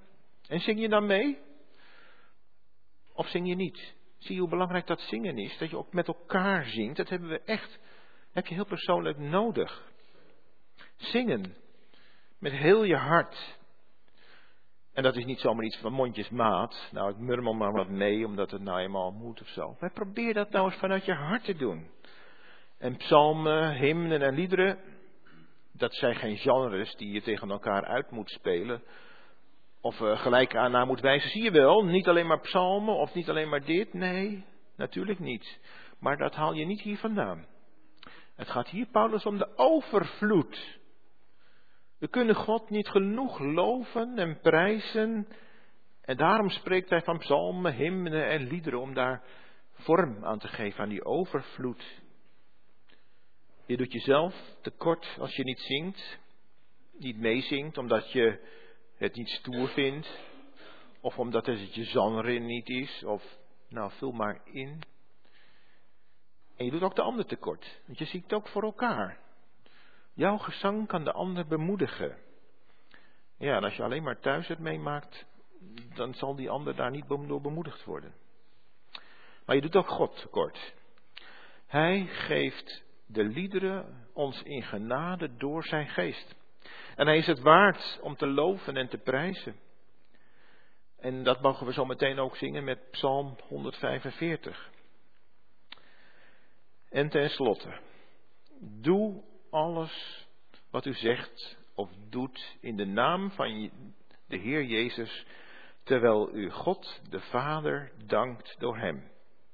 En zing je dan mee? Of zing je niet? Zie je hoe belangrijk dat zingen is? Dat je ook met elkaar zingt. Dat hebben we echt, heb je heel persoonlijk nodig. Zingen. Met heel je hart. En dat is niet zomaar iets van mondjesmaat. Nou, ik murmel maar wat mee, omdat het nou eenmaal moet of zo. Maar probeer dat nou eens vanuit je hart te doen. En psalmen, hymnen en liederen, dat zijn geen genres die je tegen elkaar uit moet spelen. Of uh, gelijk aan naar moet wijzen. Zie je wel, niet alleen maar psalmen of niet alleen maar dit. Nee, natuurlijk niet. Maar dat haal je niet hier vandaan. Het gaat hier, Paulus, om de overvloed. We kunnen God niet genoeg loven en prijzen. En daarom spreekt hij van psalmen, hymnen en liederen. Om daar vorm aan te geven aan die overvloed. Je doet jezelf tekort als je niet zingt. Niet meezingt omdat je het niet stoer vindt. Of omdat het je genre niet is. Of nou, vul maar in. En je doet ook de ander tekort. Want je zingt ook voor elkaar. Jouw gezang kan de ander bemoedigen. Ja, en als je alleen maar thuis het meemaakt, dan zal die ander daar niet door bemoedigd worden. Maar je doet ook God tekort. Hij geeft de liederen ons in genade door zijn geest. En hij is het waard om te loven en te prijzen. En dat mogen we zo meteen ook zingen met Psalm honderdvijfenveertig. En tenslotte, doe alles wat u zegt of doet in de naam van de Heer Jezus, terwijl u God de Vader dankt door hem.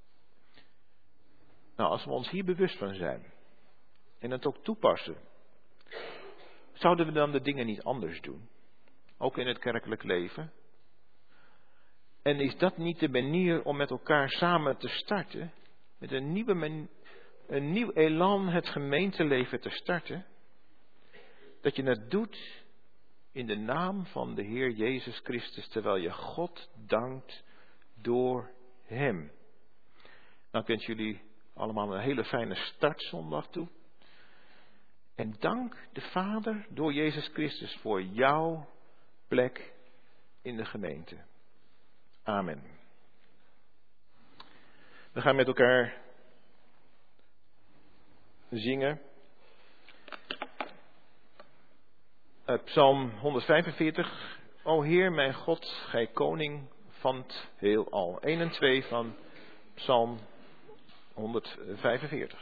Nou, als we ons hier bewust van zijn en het ook toepassen, zouden we dan de dingen niet anders doen? Ook in het kerkelijk leven? En is dat niet de manier om met elkaar samen te starten? Met een nieuwe man, een nieuw elan het gemeenteleven te starten? Dat je het doet in de naam van de Heer Jezus Christus, terwijl je God dankt door hem. Nou, ik wens jullie allemaal een hele fijne startzondag toe. En dank de Vader door Jezus Christus voor jouw plek in de gemeente. Amen. We gaan met elkaar zingen. Uh, Psalm honderdvijfenveertig. O Heer mijn God, gij koning van het heelal. één en twee van Psalm honderdvijfenveertig.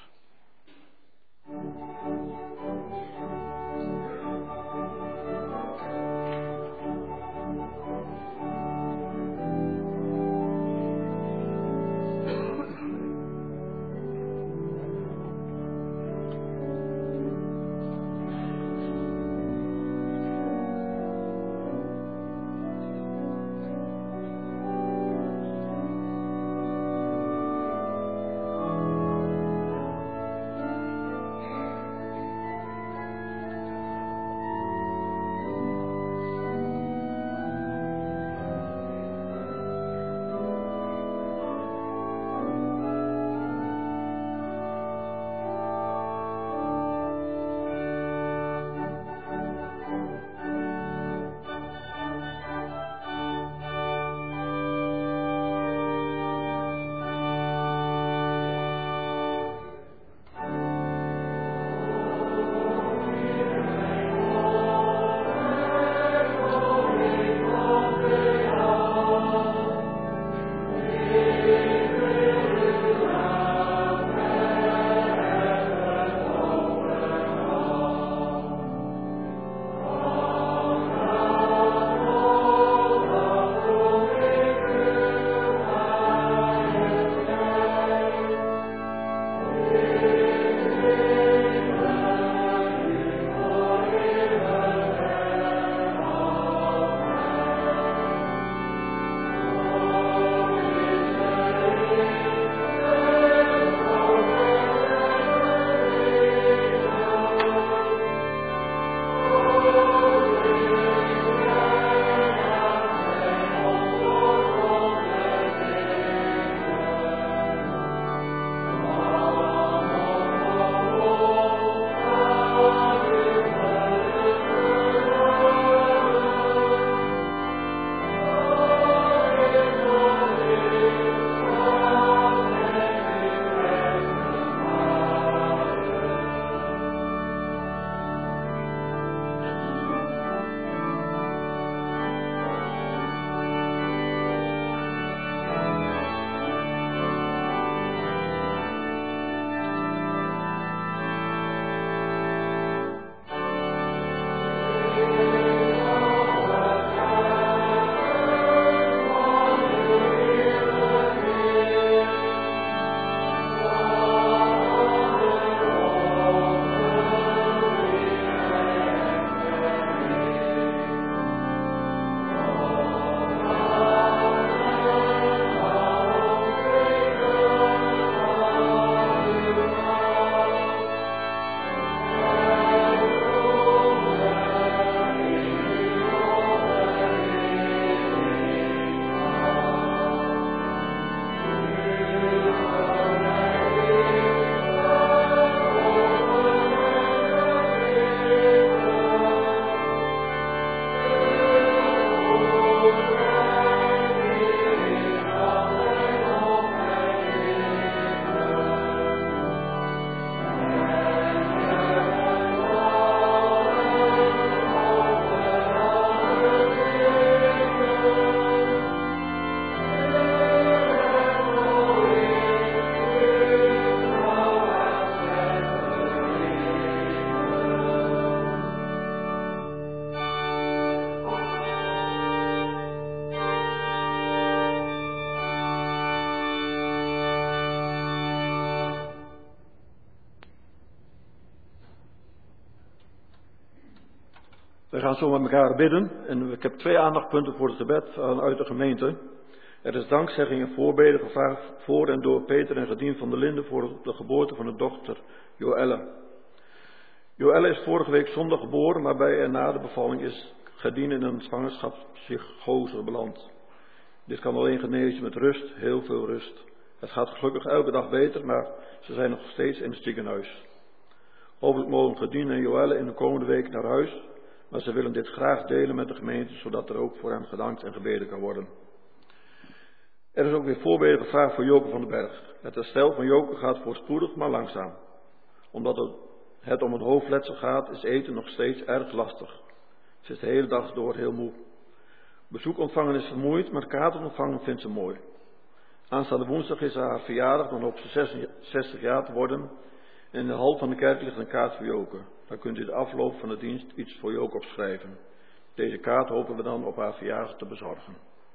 We gaan zo met elkaar bidden en ik heb twee aandachtspunten voor het gebed vanuit de gemeente. Er is dankzegging en voorbeden gevraagd voor en door Peter en Gedien van der Linden voor de geboorte van de dochter Joelle. Joelle is vorige week zondag geboren, maar bij en na de bevalling is Gedien in een zwangerschapspsychose beland. Dit kan alleen genezen met rust, heel veel rust. Het gaat gelukkig elke dag beter, maar ze zijn nog steeds in het ziekenhuis. Hopelijk mogen Gedien en Joelle in de komende week naar huis, maar ze willen dit graag delen met de gemeente, zodat er ook voor hem gedankt en gebeden kan worden. Er is ook weer voorbeden gevraagd voor Joke van den Berg. Het herstel van Joke gaat voorspoedig, maar langzaam. Omdat het om een hoofdletsel gaat, is eten nog steeds erg lastig. Ze is de hele dag door heel moe. Bezoek ontvangen is vermoeid, maar kaarten ontvangen vindt ze mooi. Aanstaande woensdag is haar verjaardag, dan hoopt ze zestig jaar te worden. En in de hal van de kerk ligt een kaart voor Joke. Daar kunt u de afloop van de dienst iets voor Joke opschrijven. Deze kaart hopen we dan op haar verjaardag te bezorgen.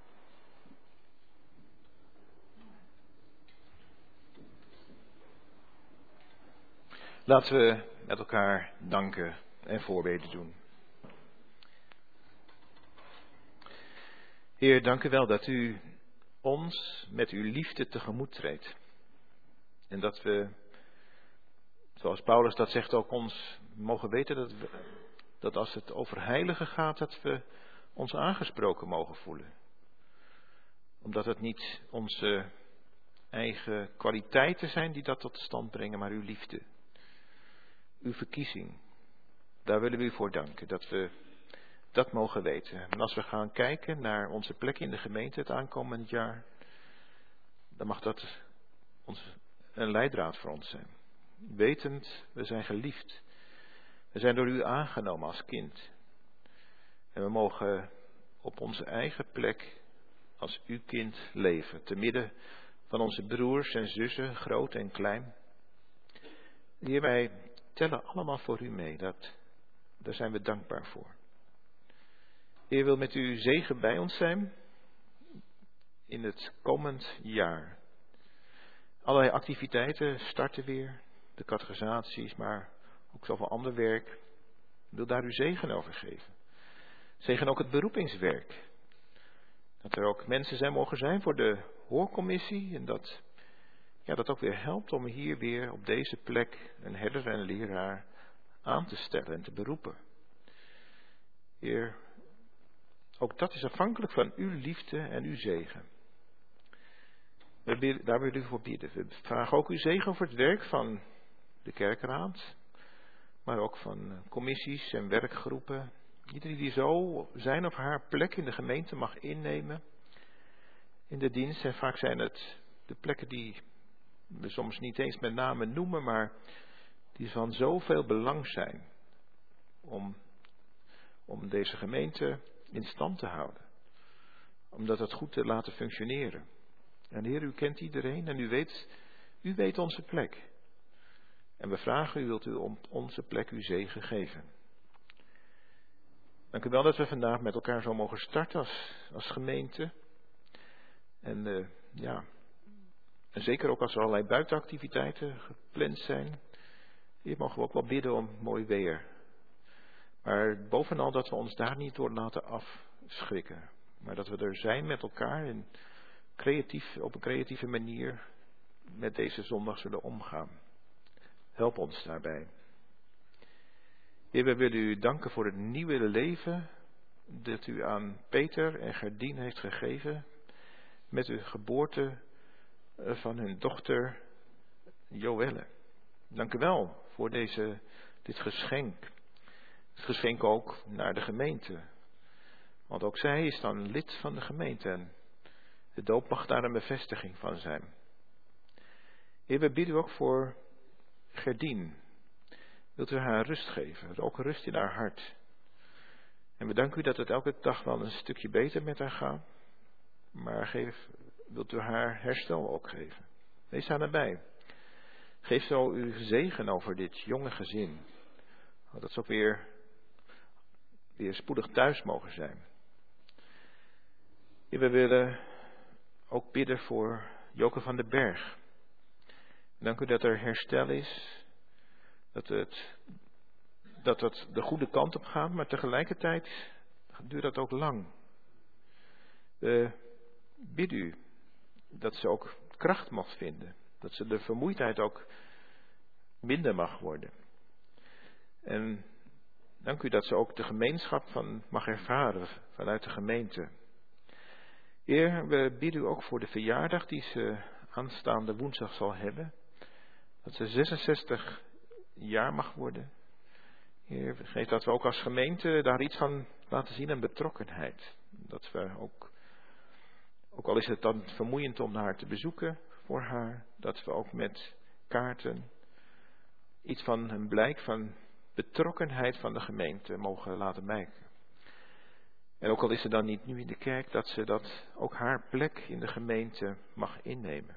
Laten we met elkaar danken en voorbeden doen. Heer, dank u wel dat u ons met uw liefde tegemoet treedt. En dat we, zoals Paulus dat zegt, ook ons mogen weten dat, we, dat als het over heiligen gaat, dat we ons aangesproken mogen voelen. Omdat het niet onze eigen kwaliteiten zijn die dat tot stand brengen, maar uw liefde. Uw verkiezing. Daar willen we u voor danken, dat we dat mogen weten. En als we gaan kijken naar onze plek in de gemeente het aankomend jaar, dan mag dat ons een leidraad voor ons zijn. Wetend, we zijn geliefd. We zijn door u aangenomen als kind. En we mogen op onze eigen plek als uw kind leven. Te midden van onze broers en zussen, groot en klein. Heer, wij tellen allemaal voor u mee. Dat, daar zijn we dankbaar voor. Heer, wil met uw zegen bij ons zijn in het komend jaar. Allerlei activiteiten starten weer, de catechisaties, maar ook zoveel ander werk. Wil daar uw zegen over geven. Zegen ook het beroepingswerk. Dat er ook mensen zijn mogen zijn voor de hoorcommissie en dat, ja, dat ook weer helpt om hier weer op deze plek een herder en een leraar aan te stellen en te beroepen. Heer, ook dat is afhankelijk van uw liefde en uw zegen. We bidden, daar willen we voor bidden. We vragen ook uw zegen voor het werk van de kerkraad, maar ook van commissies en werkgroepen. Iedereen die zo zijn of haar plek in de gemeente mag innemen in de dienst. En vaak zijn het de plekken die we soms niet eens met name noemen, maar die van zoveel belang zijn om, om deze gemeente in stand te houden. Om dat het goed te laten functioneren. En Heer, u kent iedereen en u weet, u weet onze plek. En we vragen u, wilt u op onze plek uw zegen geven. Dank u wel dat we vandaag met elkaar zo mogen starten als, als gemeente. En uh, ja, en zeker ook als er allerlei buitenactiviteiten gepland zijn. Hier mogen we ook wel bidden om mooi weer. Maar bovenal dat we ons daar niet door laten afschrikken. Maar dat we er zijn met elkaar en creatief, op een creatieve manier met deze zondag zullen omgaan. Help ons daarbij. Heer, we willen u danken voor het nieuwe leven dat u aan Peter en Gerdien heeft gegeven met de geboorte van hun dochter Joelle. Dank u wel voor deze, dit geschenk. Het geschenk ook naar de gemeente. Want ook zij is dan lid van de gemeente en de doop mag daar een bevestiging van zijn. Heer, we bidden u ook voor Gerdien. Wilt u haar rust geven, ook rust in haar hart. En we danken u dat het elke dag wel een stukje beter met haar gaat. Maar geef, wilt u haar herstel ook geven. Wees haar nabij. Geef zo uw zegen over dit jonge gezin. Dat ze ook weer, weer spoedig thuis mogen zijn. En we willen ook bidden voor Joke van den Berg. Dank u dat er herstel is. Dat het dat het de goede kant op gaat, maar tegelijkertijd duurt dat ook lang. We bidden u dat ze ook kracht mag vinden. Dat ze de vermoeidheid ook minder mag worden. En dank u dat ze ook de gemeenschap van mag ervaren vanuit de gemeente. Heer, we bidden u ook voor de verjaardag die ze aanstaande woensdag zal hebben. Dat ze zesenzestig jaar mag worden. Heer, geef dat we ook als gemeente daar iets van laten zien aan betrokkenheid. Dat we ook, ook al is het dan vermoeiend om haar te bezoeken voor haar, dat we ook met kaarten iets van een blijk van betrokkenheid van de gemeente mogen laten merken. En ook al is ze dan niet nu in de kerk, dat ze dat ook haar plek in de gemeente mag innemen.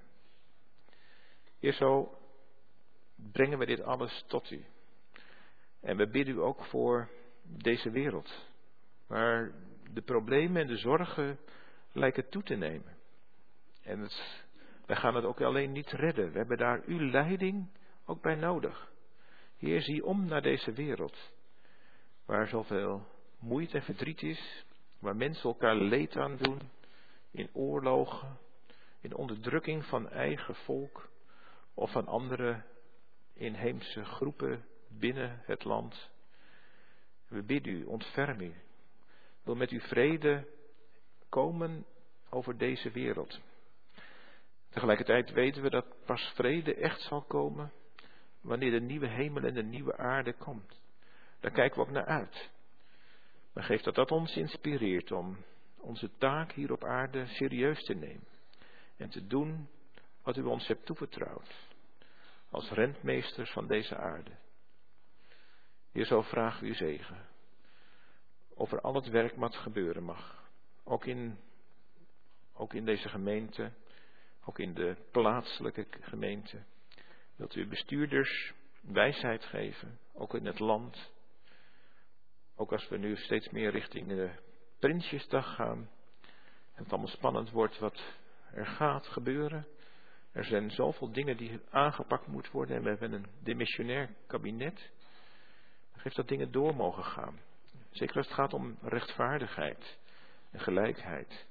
Heer, zo brengen we dit alles tot u. En we bidden u ook voor deze wereld, waar de problemen en de zorgen lijken toe te nemen. En het, wij gaan het ook alleen niet redden. We hebben daar uw leiding ook bij nodig. Heer, zie om naar deze wereld, waar zoveel moeite en verdriet is, waar mensen elkaar leed aan doen, in oorlogen, in onderdrukking van eigen volk of van andere inheemse groepen binnen het land. We bidden u, ontferm u. Wil met uw vrede komen over deze wereld. Tegelijkertijd weten we dat pas vrede echt zal komen wanneer de nieuwe hemel en de nieuwe aarde komt. Daar kijken we ook naar uit. Maar geef dat dat ons inspireert om onze taak hier op aarde serieus te nemen. En te doen wat u ons hebt toevertrouwd. Als rentmeesters van deze aarde. Hier zo vragen we uw zegen. Over al het werk wat gebeuren mag. Ook in, ook in deze gemeente. Ook in de plaatselijke gemeente. Wilt u bestuurders wijsheid geven. Ook in het land. Ook als we nu steeds meer richting de Prinsjesdag gaan. En het allemaal spannend wordt wat er gaat gebeuren. Er zijn zoveel dingen die aangepakt moeten worden. En we hebben een demissionair kabinet. Geef dat dingen door mogen gaan. Zeker als het gaat om rechtvaardigheid en gelijkheid.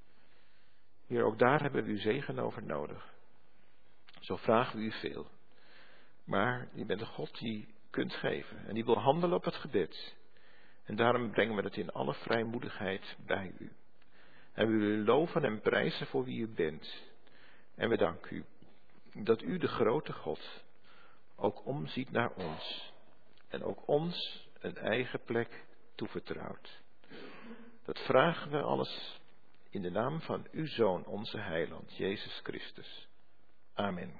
Hier, ook daar hebben we uw zegen over nodig. Zo vragen we u veel. Maar u bent een God die kunt geven. En die wil handelen op het gebed. En daarom brengen we het in alle vrijmoedigheid bij u. En we willen u loven en prijzen voor wie u bent. En we danken u dat u, de grote God, ook omziet naar ons. En ook ons een eigen plek toevertrouwt. Dat vragen we alles in de naam van uw Zoon, onze Heiland, Jezus Christus. Amen.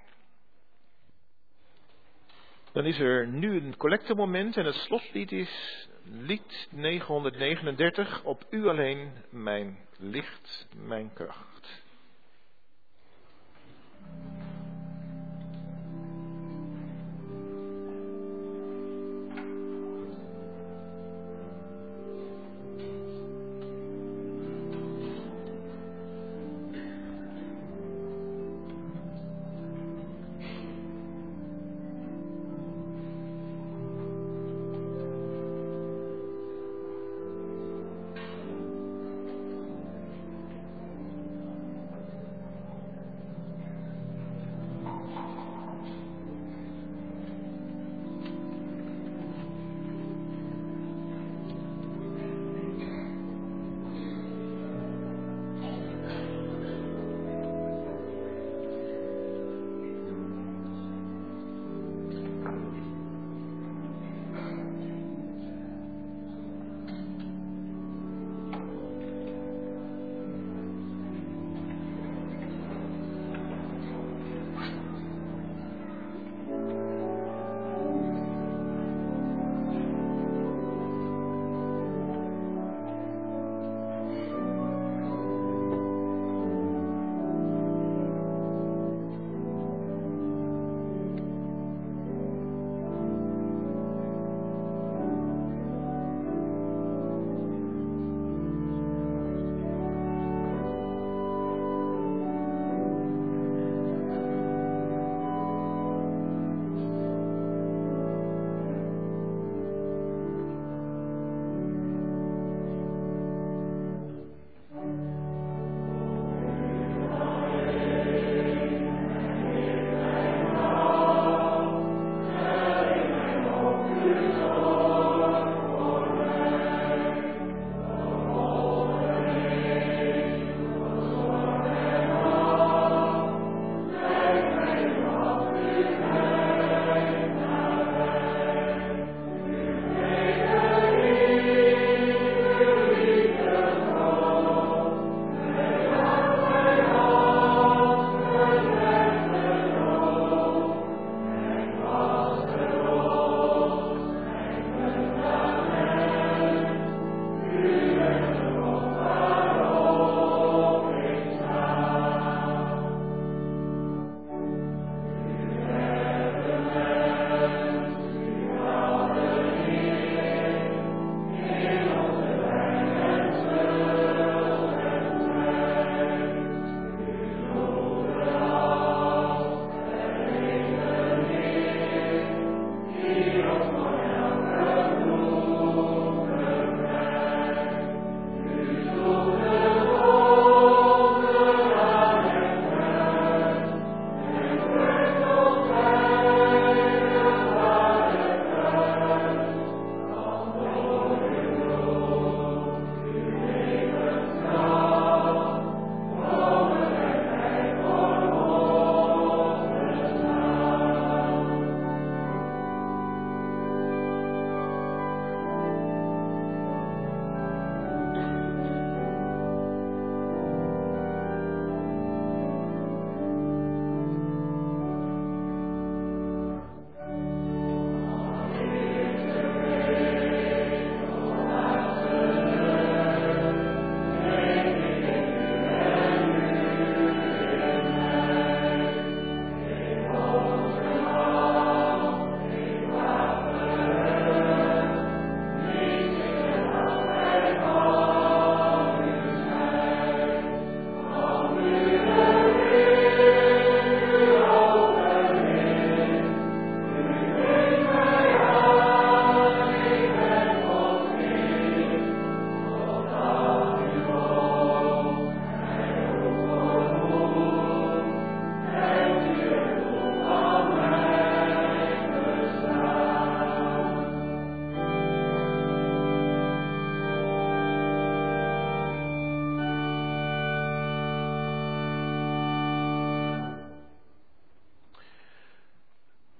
Dan is er nu een collectemoment en het slotlied is lied negenhonderdnegenendertig. Op u alleen mijn licht, mijn kracht.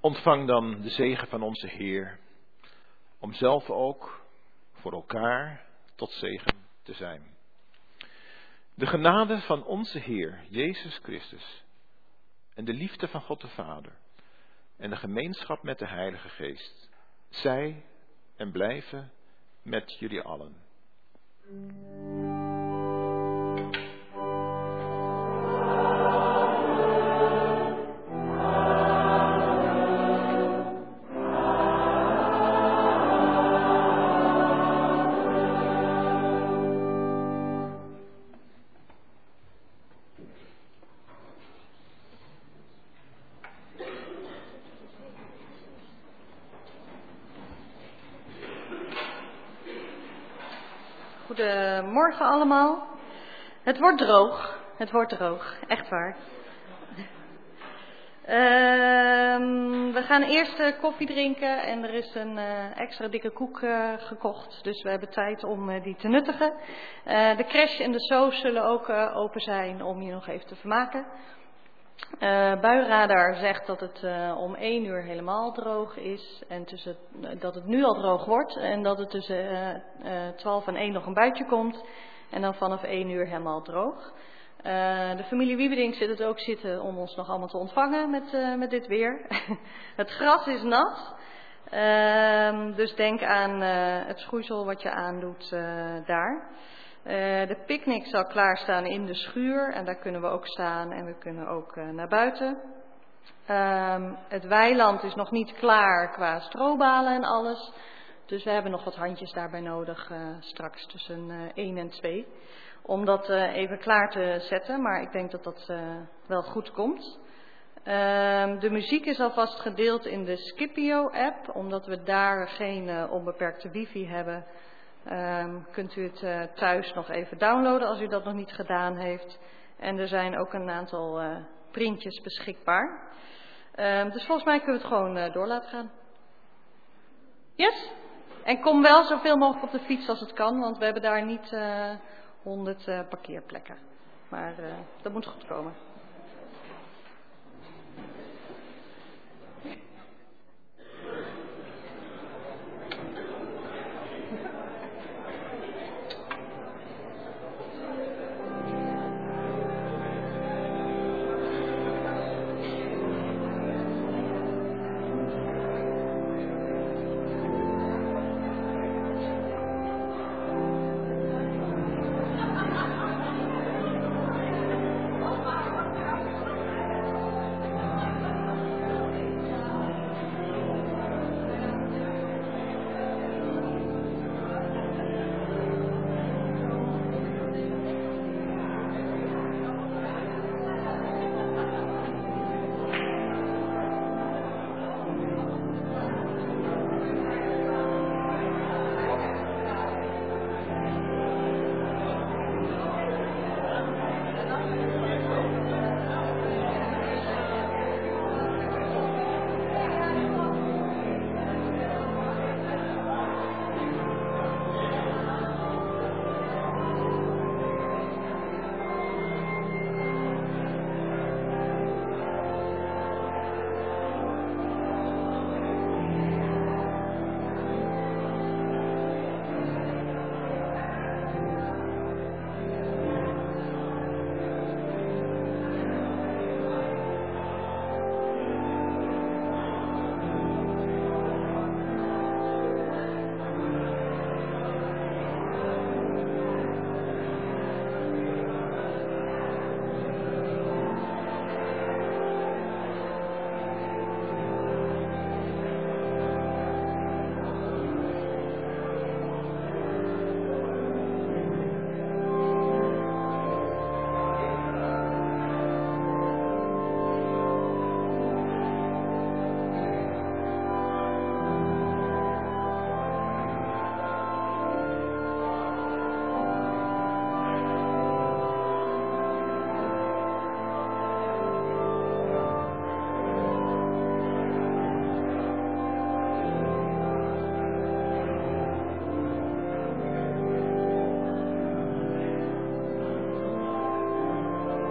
Ontvang dan de zegen van onze Heer, om zelf ook voor elkaar tot zegen te zijn. De genade van onze Heer, Jezus Christus, en de liefde van God de Vader, en de gemeenschap met de Heilige Geest, zij en blijven met jullie allen. Goedemorgen allemaal. Het wordt droog. Het wordt droog. Echt waar. Uh, we gaan eerst uh, koffie drinken en er is een uh, extra dikke koek uh, gekocht. Dus we hebben tijd om uh, die te nuttigen. Uh, de crash en de soos zullen ook uh, open zijn om je nog even te vermaken. Uh, Buienradar zegt dat het uh, om één uur helemaal droog is en tussen, uh, dat het nu al droog wordt en dat het tussen uh, uh, twaalf en één nog een buitje komt en dan vanaf één uur helemaal droog. Uh, de familie Wiebeding zit het ook zitten om ons nog allemaal te ontvangen met, uh, met dit weer. Het gras is nat, uh, dus denk aan uh, het schoeisel wat je aandoet uh, daar. Uh, de picknick zal klaarstaan in de schuur en daar kunnen we ook staan en we kunnen ook uh, naar buiten. Um, het weiland is nog niet klaar qua strobalen en alles. Dus we hebben nog wat handjes daarbij nodig uh, straks tussen uh, één en twee. Om dat uh, even klaar te zetten, maar ik denk dat dat uh, wel goed komt. Um, de muziek is alvast gedeeld in de Scipio-app, omdat we daar geen uh, onbeperkte wifi hebben. Um, kunt u het uh, thuis nog even downloaden als u dat nog niet gedaan heeft. En er zijn ook een aantal uh, printjes beschikbaar. Um, dus volgens mij kunnen we het gewoon uh, door laten gaan. Yes? En kom wel zoveel mogelijk op de fiets als het kan, want we hebben daar niet uh, honderd uh, parkeerplekken. Maar uh, dat moet goed komen.